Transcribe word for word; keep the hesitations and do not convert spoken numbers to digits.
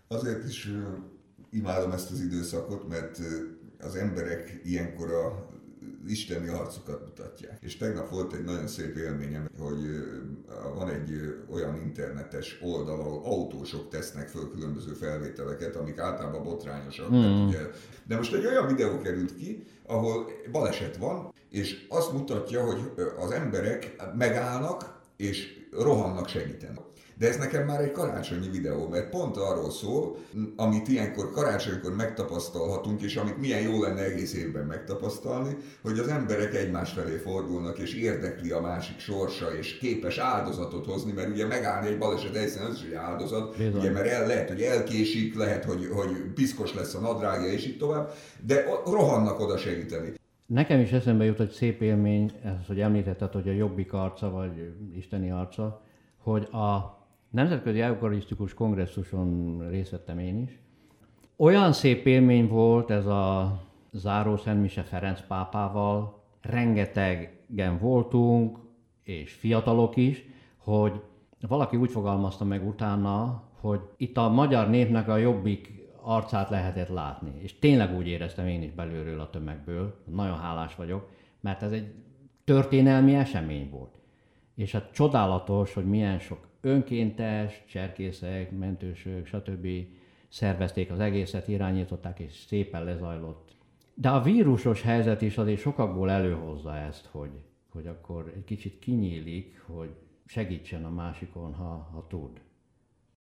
Azért is imádom ezt az időszakot, mert az emberek ilyenkor a isteni arcukat mutatják. És tegnap volt egy nagyon szép élményem, hogy van egy olyan internetes oldal, ahol autósok tesznek föl különböző felvételeket, amik általában botrányosak. Mm. Mert ugye, de most egy olyan videó került ki, ahol baleset van, és azt mutatja, hogy az emberek megállnak, és rohannak segíteni. De ez nekem már egy karácsonyi videó, mert pont arról szól, amit ilyenkor karácsonykor megtapasztalhatunk, és amit milyen jó lenne egész évben megtapasztalni, hogy az emberek egymás felé fordulnak, és érdekli a másik sorsa, és képes áldozatot hozni, mert ugye megállni egy baleset helyszínen, az is egy áldozat, ugye, mert el, lehet, hogy elkésik, lehet, hogy, hogy piszkos lesz a nadrágja, és így tovább, de rohannak oda segíteni. Nekem is eszembe jut egy szép élmény, ez, hogy említetted, hogy a Jobbik arca, vagy isteni arca, hogy a Nemzetközi Eukarisztikus Kongresszuson részt vettem én is. Olyan szép élmény volt ez a záró szentmise Ferenc pápával, rengetegen voltunk, és fiatalok is, hogy valaki úgy fogalmazta meg utána, hogy itt a magyar népnek a Jobbik arcát lehetett látni. És tényleg úgy éreztem én is belülről a tömegből, nagyon hálás vagyok, mert ez egy történelmi esemény volt. És hát csodálatos, hogy milyen sok önkéntes, cserkészek, mentősök, stb. Szervezték az egészet, irányították, és szépen lezajlott. De a vírusos helyzet is azért sokakból előhozza ezt, hogy, hogy akkor egy kicsit kinyílik, hogy segítsen a másikon, ha, ha tud.